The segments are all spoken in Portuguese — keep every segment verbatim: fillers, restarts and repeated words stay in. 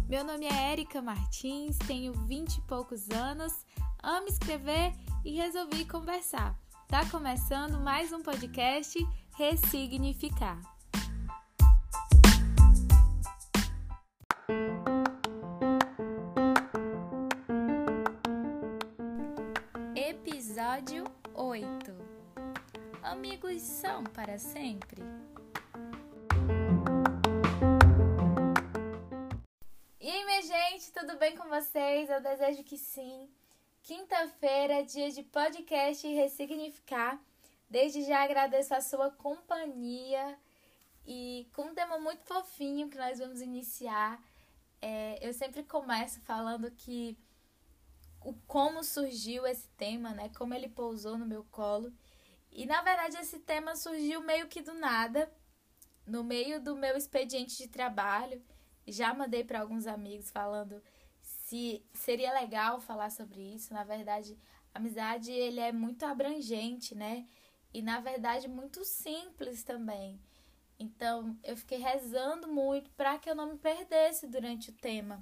Meu nome é Érica Martins, tenho vinte e poucos anos, amo escrever e resolvi conversar. Tá começando mais um podcast Ressignificar. Episódio oito. Amigos são para sempre? E aí, minha gente, tudo bem com vocês? Eu desejo que sim. Quinta-feira, dia de podcast Ressignificar. Desde já agradeço a sua companhia e com um tema muito fofinho que nós vamos iniciar. É, eu sempre começo falando que o como surgiu esse tema, né? Como ele pousou no meu colo. E, na verdade, esse tema surgiu meio que do nada, no meio do meu expediente de trabalho. Já mandei para alguns amigos falando se seria legal falar sobre isso. Na verdade, a amizade ele é muito abrangente, né? E, na verdade, muito simples também. Então, eu fiquei rezando muito para que eu não me perdesse durante o tema.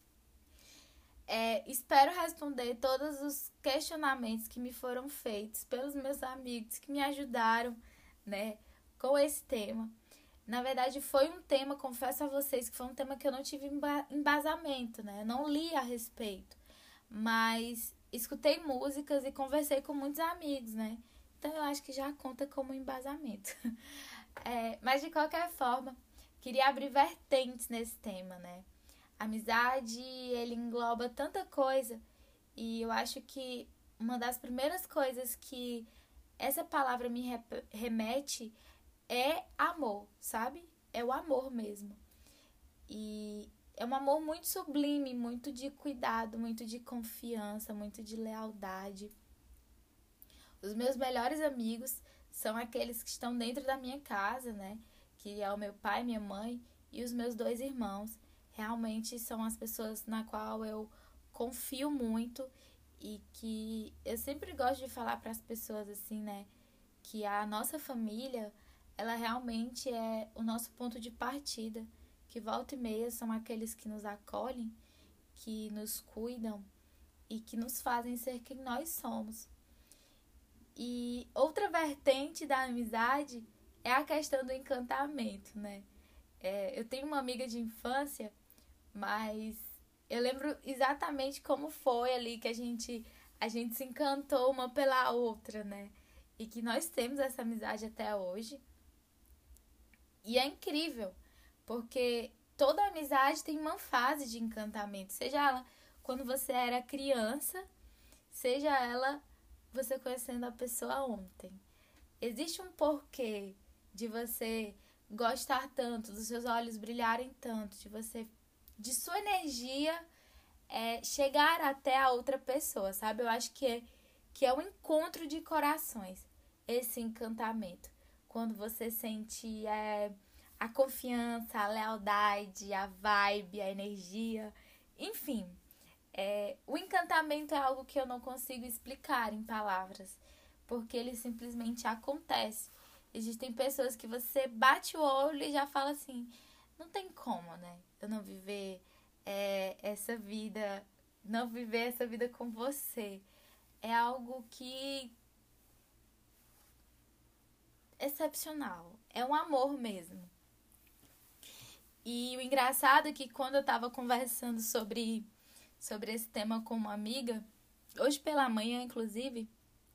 É, espero responder todos os questionamentos que me foram feitos pelos meus amigos que me ajudaram, né, com esse tema. Na verdade, foi um tema, confesso a vocês, que foi um tema que eu não tive embasamento, né? Eu não li a respeito, mas escutei músicas e conversei com muitos amigos, né? Então, eu acho que já conta como embasamento. É, mas, de qualquer forma, queria abrir vertentes nesse tema, né? Amizade, ele engloba tanta coisa e eu acho que uma das primeiras coisas que essa palavra me remete é amor, sabe? É o amor mesmo. E é um amor muito sublime, muito de cuidado, muito de confiança, muito de lealdade. Os meus melhores amigos são aqueles que estão dentro da minha casa, né? Que é o meu pai, minha mãe e os meus dois irmãos. Realmente são as pessoas na qual eu confio muito e que eu sempre gosto de falar para as pessoas assim, né? Que a nossa família, ela realmente é o nosso ponto de partida, que volta e meia são aqueles que nos acolhem, que nos cuidam e que nos fazem ser quem nós somos. E outra vertente da amizade é a questão do encantamento, né? É, eu tenho uma amiga de infância, mas eu lembro exatamente como foi ali que a gente, a gente se encantou uma pela outra, né? E que nós temos essa amizade até hoje. E é incrível, porque toda amizade tem uma fase de encantamento. Seja ela quando você era criança, seja ela você conhecendo a pessoa ontem. Existe um porquê de você gostar tanto, dos seus olhos brilharem tanto, de você, de sua energia é, chegar até a outra pessoa, sabe? Eu acho que é, que é um encontro de corações, esse encantamento. Quando você sente é, a confiança, a lealdade, a vibe, a energia, enfim. É, o encantamento é algo que eu não consigo explicar em palavras, porque ele simplesmente acontece. Existem pessoas que você bate o olho e já fala assim, não tem como, né? Eu não viver é, essa vida, não viver essa vida com você. É algo que excepcional. É um amor mesmo. E o engraçado é que quando eu tava conversando sobre, sobre esse tema com uma amiga, hoje pela manhã, inclusive,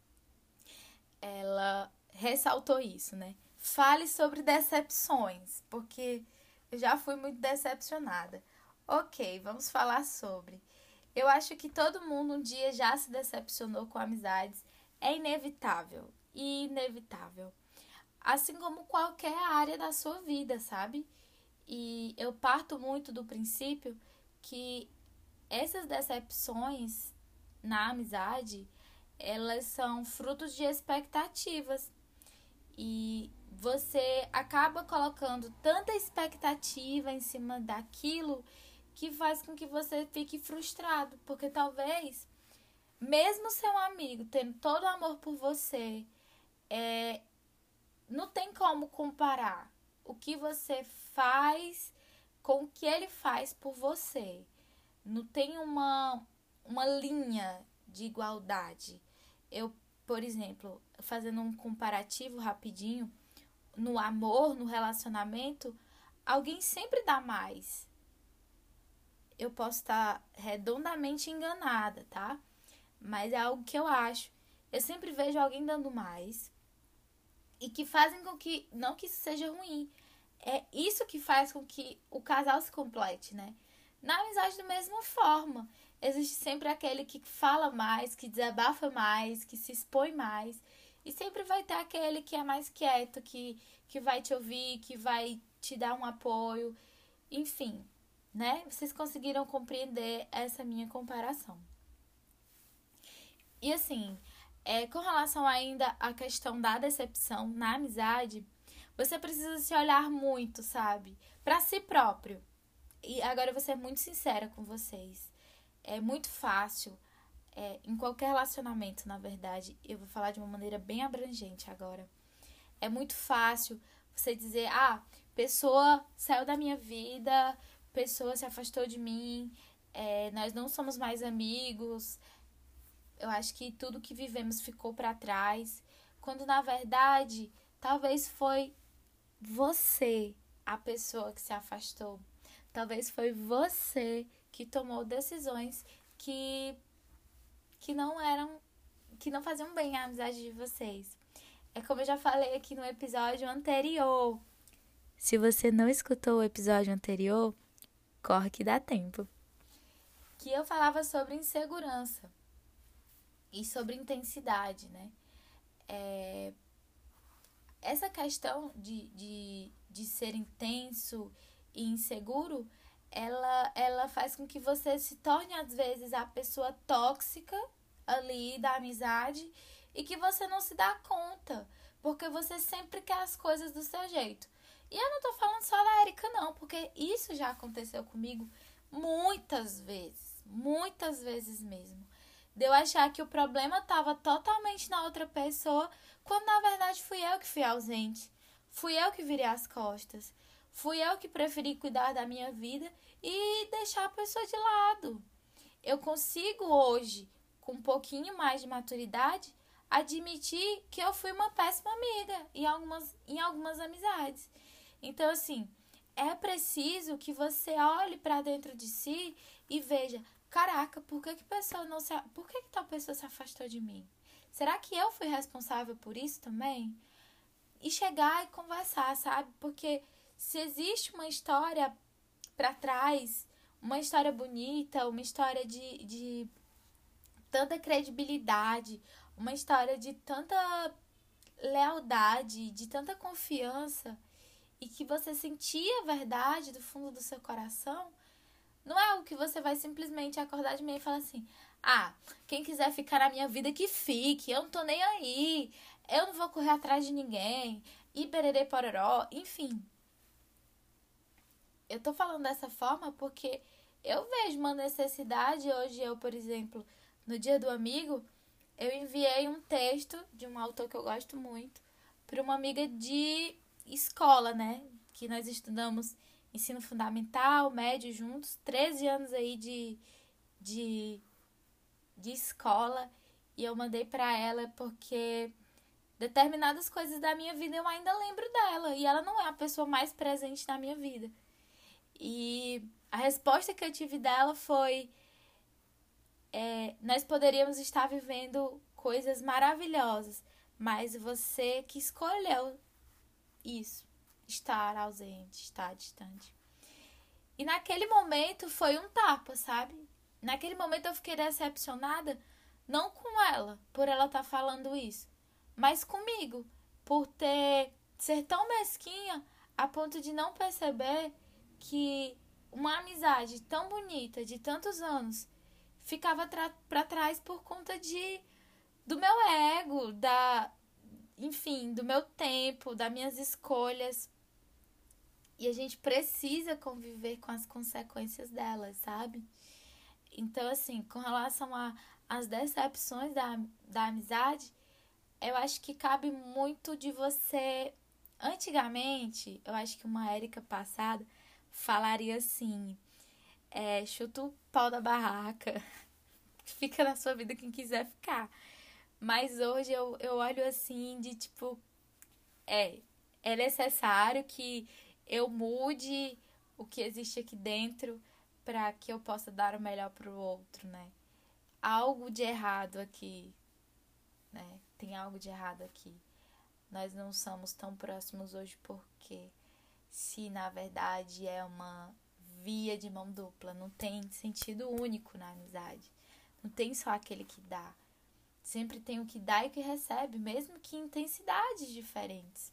ela ressaltou isso, né? Fale sobre decepções, porque eu já fui muito decepcionada. Ok, vamos falar sobre. Eu acho que todo mundo um dia já se decepcionou com amizades. É inevitável. Inevitável. Assim como qualquer área da sua vida, sabe? E eu parto muito do princípio que essas decepções na amizade, elas são frutos de expectativas. E você acaba colocando tanta expectativa em cima daquilo que faz com que você fique frustrado. Porque talvez, mesmo seu amigo tendo todo o amor por você, é, não tem como comparar o que você faz com o que ele faz por você. Não tem uma, uma linha de igualdade. Eu, por exemplo, fazendo um comparativo rapidinho, no amor, no relacionamento, alguém sempre dá mais. Eu posso estar redondamente enganada, tá? Mas é algo que eu acho. Eu sempre vejo alguém dando mais. E que fazem com que... Não que isso seja ruim. É isso que faz com que o casal se complete, né? Na amizade, da mesma forma. Existe sempre aquele que fala mais, que desabafa mais, que se expõe mais. E sempre vai ter aquele que é mais quieto, que, que vai te ouvir, que vai te dar um apoio. Enfim, né? Vocês conseguiram compreender essa minha comparação. E assim, é, com relação ainda à questão da decepção na amizade, você precisa se olhar muito, sabe? Pra si próprio. E agora eu vou ser muito sincera com vocês. É muito fácil, é, em qualquer relacionamento, na verdade, eu vou falar de uma maneira bem abrangente agora. É muito fácil você dizer, ah, pessoa saiu da minha vida, pessoa se afastou de mim, é, nós não somos mais amigos, eu acho que tudo que vivemos ficou para trás. Quando, na verdade, talvez foi você a pessoa que se afastou. Talvez foi você que tomou decisões que, que não eram, que não faziam bem à amizade de vocês. É como eu já falei aqui no episódio anterior. Se você não escutou o episódio anterior, corre que dá tempo. Que eu falava sobre insegurança e sobre intensidade, né? É... Essa questão de, de, de ser intenso e inseguro, ela, ela faz com que você se torne, às vezes, a pessoa tóxica ali da amizade e que você não se dá conta, porque você sempre quer as coisas do seu jeito. E eu não tô falando só da Erika, não, porque isso já aconteceu comigo muitas vezes, muitas vezes mesmo. De eu achar que o problema estava totalmente na outra pessoa, quando na verdade fui eu que fui ausente. Fui eu que virei as costas. Fui eu que preferi cuidar da minha vida e deixar a pessoa de lado. Eu consigo hoje, com um pouquinho mais de maturidade, admitir que eu fui uma péssima amiga em algumas, em algumas amizades. Então, assim, é preciso que você olhe para dentro de si e veja, caraca, por que que pessoa não se, por que que tal pessoa se afastou de mim? Será que eu fui responsável por isso também? E chegar e conversar, sabe? Porque se existe uma história para trás, uma história bonita, uma história de, de tanta credibilidade, uma história de tanta lealdade, de tanta confiança, e que você sentia a verdade do fundo do seu coração, não é algo que você vai simplesmente acordar de manhã e falar assim, ah, quem quiser ficar na minha vida que fique, eu não tô nem aí, eu não vou correr atrás de ninguém, e pererê pororó, enfim. Eu tô falando dessa forma porque eu vejo uma necessidade. Hoje eu, por exemplo, no Dia do Amigo, eu enviei um texto de um autor que eu gosto muito para uma amiga de escola, né? Que nós estudamos ensino fundamental, médio juntos, treze anos aí de, de, de escola. E eu mandei para ela porque determinadas coisas da minha vida eu ainda lembro dela. E ela não é a pessoa mais presente na minha vida. E a resposta que eu tive dela foi: é, nós poderíamos estar vivendo coisas maravilhosas, mas você que escolheu isso, estar ausente, estar distante. E naquele momento foi um tapa, sabe? Naquele momento eu fiquei decepcionada, não com ela, por ela estar falando isso, mas comigo, por ter ser tão mesquinha a ponto de não perceber que uma amizade tão bonita de tantos anos ficava tra- para trás por conta de do meu ego, da, enfim, do meu tempo, das minhas escolhas. E a gente precisa conviver com as consequências delas, sabe? Então, assim, com relação às decepções da, da amizade, eu acho que cabe muito de você. Antigamente, eu acho que uma Érica passada falaria assim, é, chuta o pau da barraca, fica na sua vida quem quiser ficar. Mas hoje eu, eu olho assim de tipo, é, é necessário que eu mude o que existe aqui dentro para que eu possa dar o melhor para o outro, né? Algo de errado aqui, né? Tem algo de errado aqui. Nós não somos tão próximos hoje porque se na verdade é uma via de mão dupla, não tem sentido único na amizade. Não tem só aquele que dá. Sempre tem o que dá e o que recebe, mesmo que em intensidades diferentes.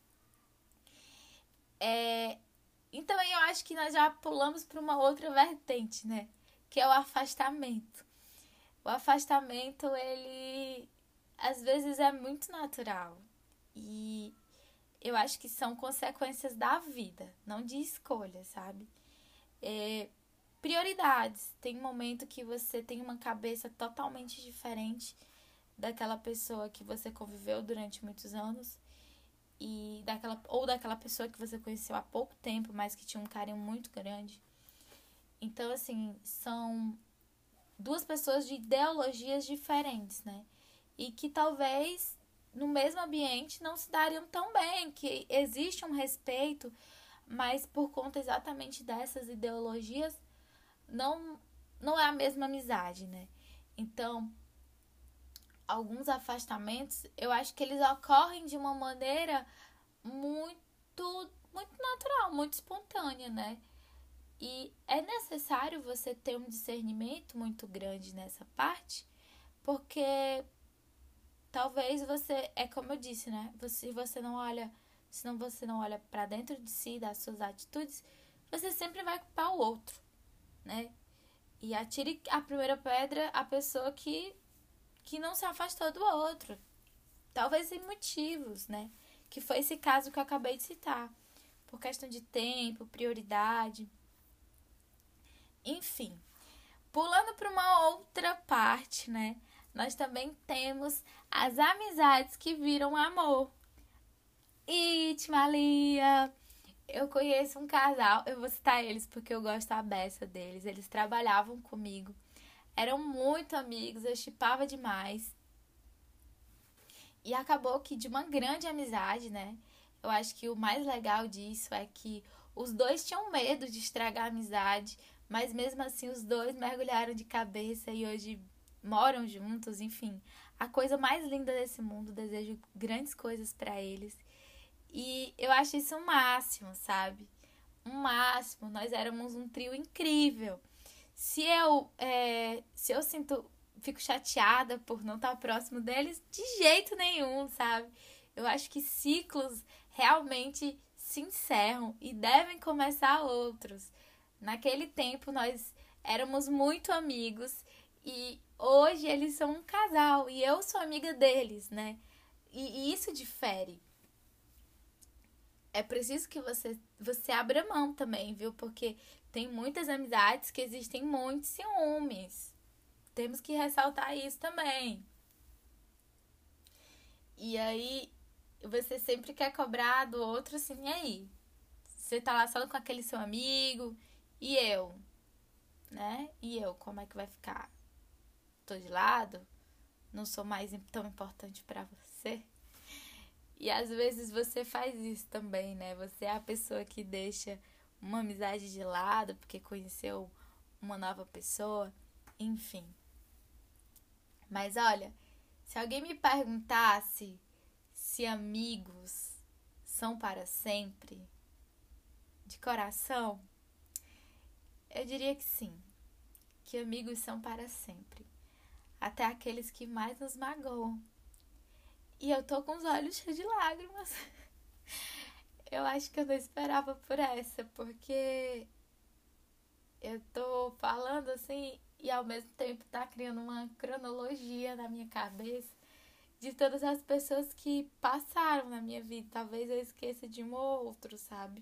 É... Então eu acho que nós já pulamos para uma outra vertente, né? Que é o afastamento. O afastamento, ele às vezes é muito natural. E eu acho que são consequências da vida, não de escolha, sabe? É, prioridades. Tem um momento que você tem uma cabeça totalmente diferente daquela pessoa que você conviveu durante muitos anos e daquela, ou daquela pessoa que você conheceu há pouco tempo, mas que tinha um carinho muito grande. Então, assim, são duas pessoas de ideologias diferentes, né? E que talvez no mesmo ambiente não se dariam tão bem, que existe um respeito, mas por conta exatamente dessas ideologias, não, não é a mesma amizade, né? Então, alguns afastamentos, eu acho que eles ocorrem de uma maneira muito, muito natural, muito espontânea, né? E é necessário você ter um discernimento muito grande nessa parte, porque talvez você, é como eu disse, né? Se você não olha, se não você não olha para dentro de si, das suas atitudes, você sempre vai culpar o outro, né? E atire a primeira pedra a pessoa que que não se afastou do outro. Talvez sem motivos, né? Que foi esse caso que eu acabei de citar. Por questão de tempo, prioridade. Enfim. Pulando para uma outra parte, né? Nós também temos as amizades que viram amor. Itmalia, eu conheço um casal, eu vou citar eles porque eu gosto a beça deles. Eles trabalhavam comigo, eram muito amigos, eu shippava demais. E acabou que de uma grande amizade, né? Eu acho que o mais legal disso é que os dois tinham medo de estragar a amizade, mas mesmo assim os dois mergulharam de cabeça e hoje moram juntos, enfim. A coisa mais linda desse mundo, desejo grandes coisas pra eles. E eu acho isso um máximo, sabe? Um máximo. Nós éramos um trio incrível. Se eu, é, se eu sinto, fico chateada por não estar próximo deles, de jeito nenhum, sabe? Eu acho que ciclos realmente se encerram e devem começar outros. Naquele tempo nós éramos muito amigos e hoje eles são um casal e eu sou amiga deles, né? E, e isso difere. É preciso que você, você abra mão também, viu? Porque tem muitas amizades que existem muitos ciúmes. Temos que ressaltar isso também. E aí, você sempre quer cobrar do outro assim, e aí? Você tá lá só com aquele seu amigo, e eu? Né? E eu, como é que vai ficar? Tô de lado? Não sou mais tão importante pra você? E às vezes você faz isso também, né? Você é a pessoa que deixa uma amizade de lado porque conheceu uma nova pessoa, enfim. Mas olha, se alguém me perguntasse se amigos são para sempre, de coração, eu diria que sim, que amigos são para sempre, até aqueles que mais nos magoam. E eu tô com os olhos cheios de lágrimas. Eu acho que eu não esperava por essa, porque eu tô falando assim e ao mesmo tempo tá criando uma cronologia na minha cabeça de todas as pessoas que passaram na minha vida. Talvez eu esqueça de um ou outro, sabe?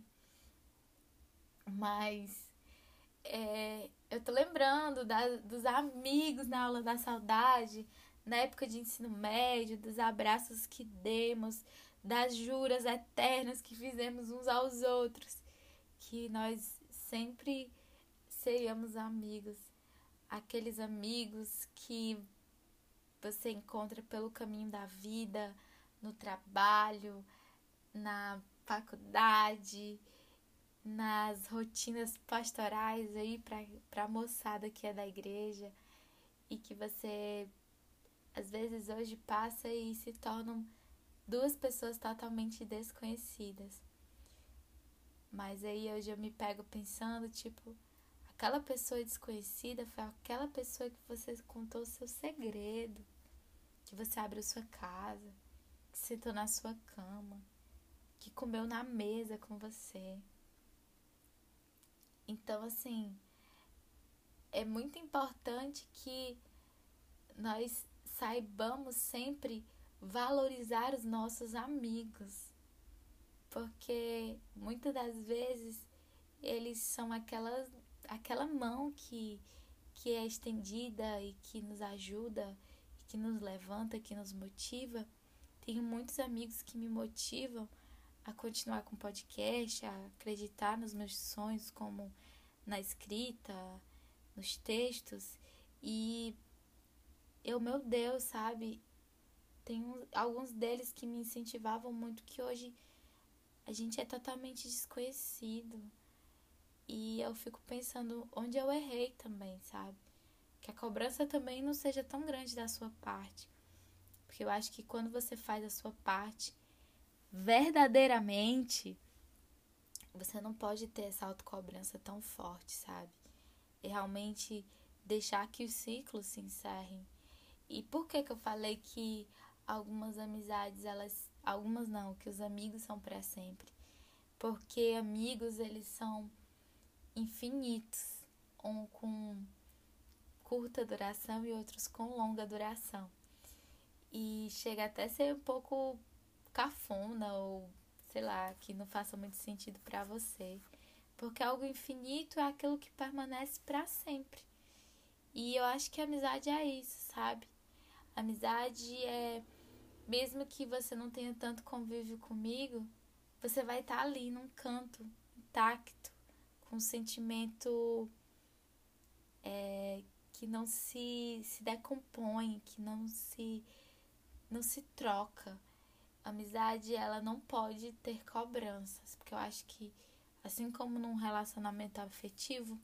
Mas é, eu tô lembrando da, dos amigos na aula da saudade, na época de ensino médio, dos abraços que demos, das juras eternas que fizemos uns aos outros, que nós sempre seríamos amigos. Aqueles amigos que você encontra pelo caminho da vida, no trabalho, na faculdade, nas rotinas pastorais aí para a moçada que é da igreja, e que você às vezes hoje passa e se tornam duas pessoas totalmente desconhecidas. Mas aí hoje eu me pego pensando, tipo, aquela pessoa desconhecida foi aquela pessoa que você contou o seu segredo, que você abriu sua casa, que sentou na sua cama, que comeu na mesa com você. Então, assim, é muito importante que nós saibamos sempre valorizar os nossos amigos, porque muitas das vezes eles são aquelas, aquela mão que, que é estendida e que nos ajuda, que nos levanta, que nos motiva. Tenho muitos amigos que me motivam a continuar com o podcast, a acreditar nos meus sonhos, como na escrita, nos textos. E eu, meu Deus, sabe, tem um, alguns deles que me incentivavam muito, que hoje a gente é totalmente desconhecido. E eu fico pensando onde eu errei também, sabe? Que a cobrança também não seja tão grande da sua parte. Porque eu acho que quando você faz a sua parte verdadeiramente, você não pode ter essa autocobrança tão forte, sabe? E realmente deixar que os ciclos se encerrem. E por que que eu falei que algumas amizades, elas... Algumas não, que os amigos são para sempre? Porque amigos, eles são infinitos. Um com curta duração e outros com longa duração. E chega até a ser um pouco cafona ou, sei lá, que não faça muito sentido para você. Porque algo infinito é aquilo que permanece para sempre. E eu acho que a amizade é isso, sabe? A amizade é, mesmo que você não tenha tanto convívio comigo, você vai estar ali num canto, intacto, com um sentimento é, que não se, se decompõe, que não se, não se troca. A amizade, ela não pode ter cobranças, porque eu acho que, assim como num relacionamento afetivo,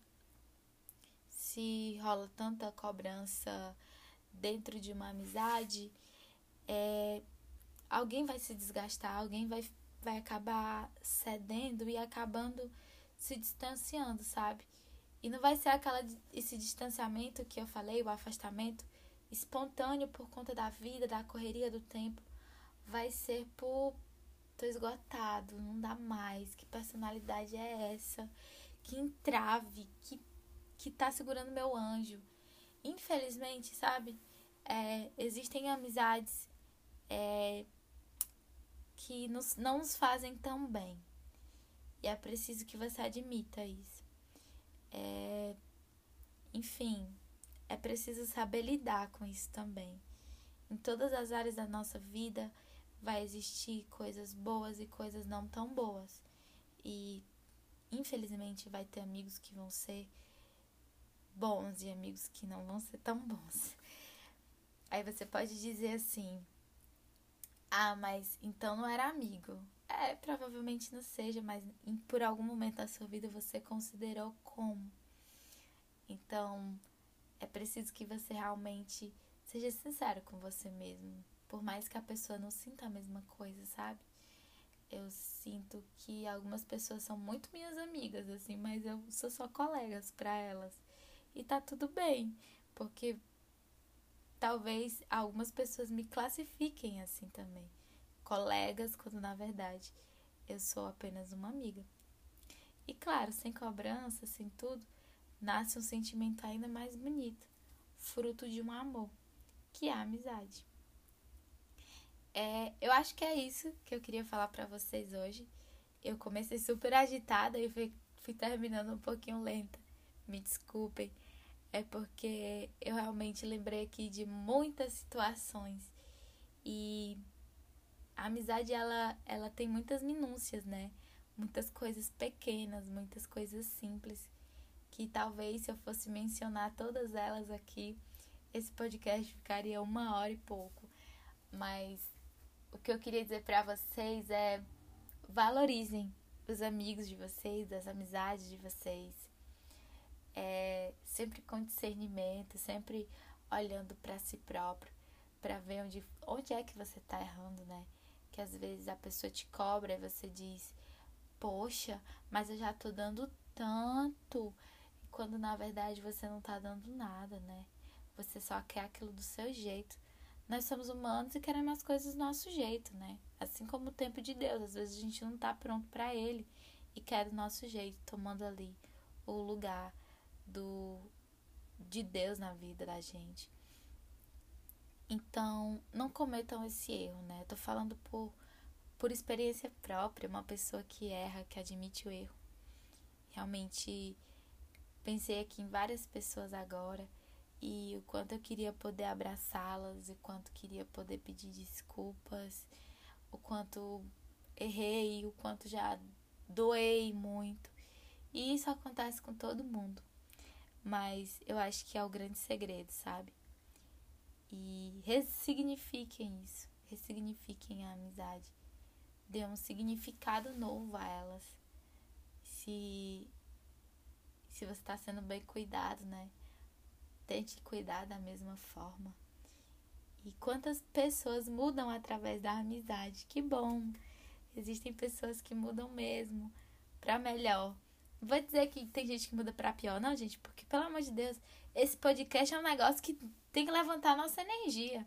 se rola tanta cobrança dentro de uma amizade, é, alguém vai se desgastar, alguém vai, vai acabar cedendo e acabando se distanciando, sabe? E não vai ser aquela, esse distanciamento que eu falei, o afastamento espontâneo por conta da vida, da correria do tempo. Vai ser por, tô esgotado, não dá mais, que personalidade é essa? Que entrave, que, que tá segurando meu anjo. Infelizmente, sabe, é, existem amizades é, que nos, não nos fazem tão bem. E é preciso que você admita isso. É, enfim, é preciso saber lidar com isso também. Em todas as áreas da nossa vida vai existir coisas boas e coisas não tão boas. E, infelizmente, vai ter amigos que vão ser bons e amigos que não vão ser tão bons. Aí você pode dizer assim: ah, mas então não era amigo. É, provavelmente não seja, mas em, por algum momento da sua vida você considerou como. Então, é preciso que você realmente seja sincero com você mesmo. Por mais que a pessoa não sinta a mesma coisa, sabe? Eu sinto que algumas pessoas são muito minhas amigas, assim, mas eu sou só colegas pra elas. E tá tudo bem, porque talvez algumas pessoas me classifiquem assim também. Colegas, quando na verdade eu sou apenas uma amiga. E claro, sem cobrança, sem tudo, nasce um sentimento ainda mais bonito, fruto de um amor, que é a amizade. É, eu acho que é isso que eu queria falar pra vocês hoje. Eu comecei super agitada e fui, fui terminando um pouquinho lenta. Me desculpem. É porque eu realmente lembrei aqui de muitas situações. E a amizade, ela, ela tem muitas minúcias, né? muitas coisas pequenas, muitas coisas simples, que talvez se eu fosse mencionar todas elas aqui, esse podcast ficaria uma hora e pouco. Mas o que eu queria dizer para vocês é: valorizem os amigos de vocês, as amizades de vocês. É, sempre com discernimento, sempre olhando para si próprio, para ver onde, onde é que você tá errando, né? Que às vezes a pessoa te cobra e você diz: poxa, mas eu já tô dando tanto. E quando na verdade você não tá dando nada, né? Você só quer aquilo do seu jeito. Nós somos humanos e queremos as coisas do nosso jeito, né? Assim como o tempo de Deus. Às vezes a gente não tá pronto para Ele e quer do nosso jeito, tomando ali o lugar do, de Deus na vida da gente. Então, não cometam esse erro, né? Eu tô falando por, por experiência própria, uma pessoa que erra, que admite o erro. Realmente pensei aqui em várias pessoas agora e o quanto eu queria poder abraçá-las, o quanto queria poder pedir desculpas, o quanto errei, o quanto já doei muito. E isso acontece com todo mundo. Mas eu acho que é o grande segredo, sabe? E ressignifiquem isso. Ressignifiquem a amizade. Dê um significado novo a elas. Se, se você está sendo bem cuidado, né? Tente cuidar da mesma forma. E quantas pessoas mudam através da amizade? Que bom! Existem pessoas que mudam mesmo para melhor. Não vou dizer que tem gente que muda pra pior, não, gente, porque, pelo amor de Deus, esse podcast é um negócio que tem que levantar a nossa energia.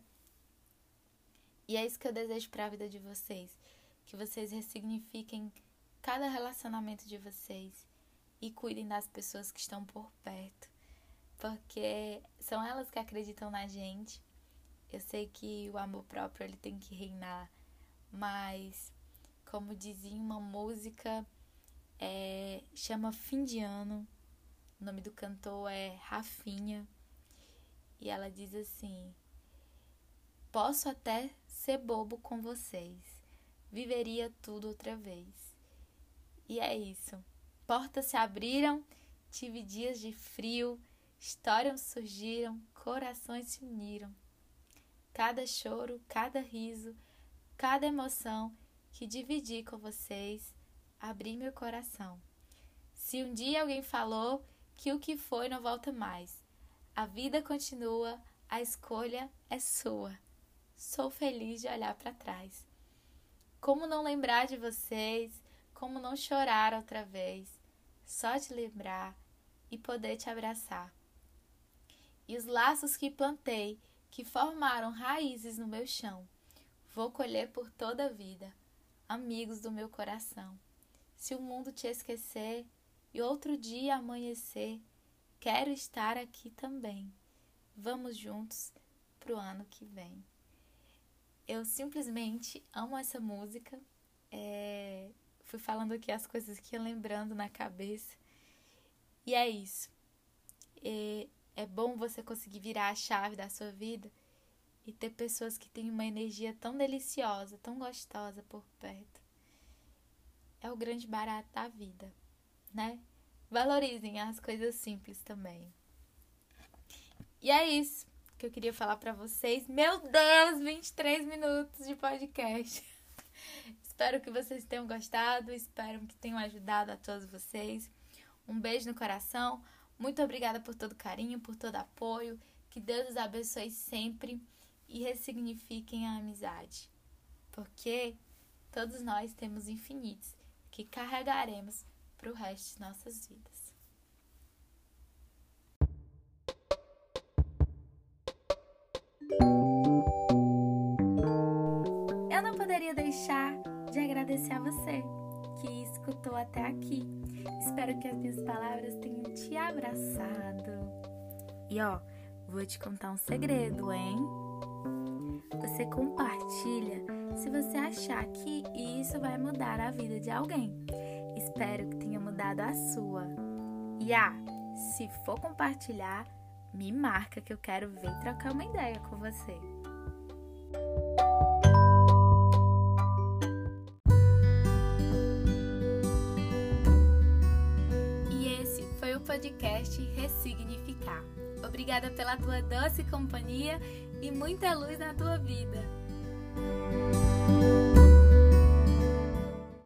E é isso que eu desejo pra vida de vocês. Que vocês ressignifiquem cada relacionamento de vocês e cuidem das pessoas que estão por perto. Porque são elas que acreditam na gente. Eu sei que o amor próprio ele tem que reinar, mas, como dizia uma música... É, chama Fim de Ano. O nome do cantor é Rafinha. E ela diz assim: posso até ser bobo com vocês, viveria tudo outra vez. E é isso. Portas se abriram, tive dias de frio, histórias surgiram, corações se uniram. Cada choro, cada riso, cada emoção que dividi com vocês, abri meu coração. Se um dia alguém falou que o que foi não volta mais, a vida continua, a escolha é sua. Sou feliz de olhar para trás. Como não lembrar de vocês, como não chorar outra vez, só de lembrar e poder te abraçar. E os laços que plantei, que formaram raízes no meu chão, vou colher por toda a vida, amigos do meu coração. Se o mundo te esquecer e outro dia amanhecer, quero estar aqui também. Vamos juntos pro ano que vem. Eu simplesmente amo essa música. É... Fui falando aqui as coisas que ia lembrando na cabeça. E é isso. É... é bom você conseguir virar a chave da sua vida e ter pessoas que têm uma energia tão deliciosa, tão gostosa por perto. É o grande barato da vida, né? Valorizem as coisas simples também. E é isso que eu queria falar pra vocês. Meu Deus, vinte e três minutos de podcast. Espero que vocês tenham gostado, espero que tenham ajudado a todos vocês. Um beijo no coração. Muito obrigada por todo carinho, por todo apoio. Que Deus os abençoe sempre e ressignifiquem a amizade. Porque todos nós temos infinitos que carregaremos para o resto de nossas vidas. Eu não poderia deixar de agradecer a você que escutou até aqui. Espero que as minhas palavras tenham te abraçado. E ó, vou te contar um segredo, hein? Você compartilha se você achar que isso vai mudar a vida de alguém. Espero que tenha mudado a sua. E ah, se for compartilhar, me marca que eu quero ver e trocar uma ideia com você. podcast Ressignificar. Obrigada pela tua doce companhia e muita luz na tua vida.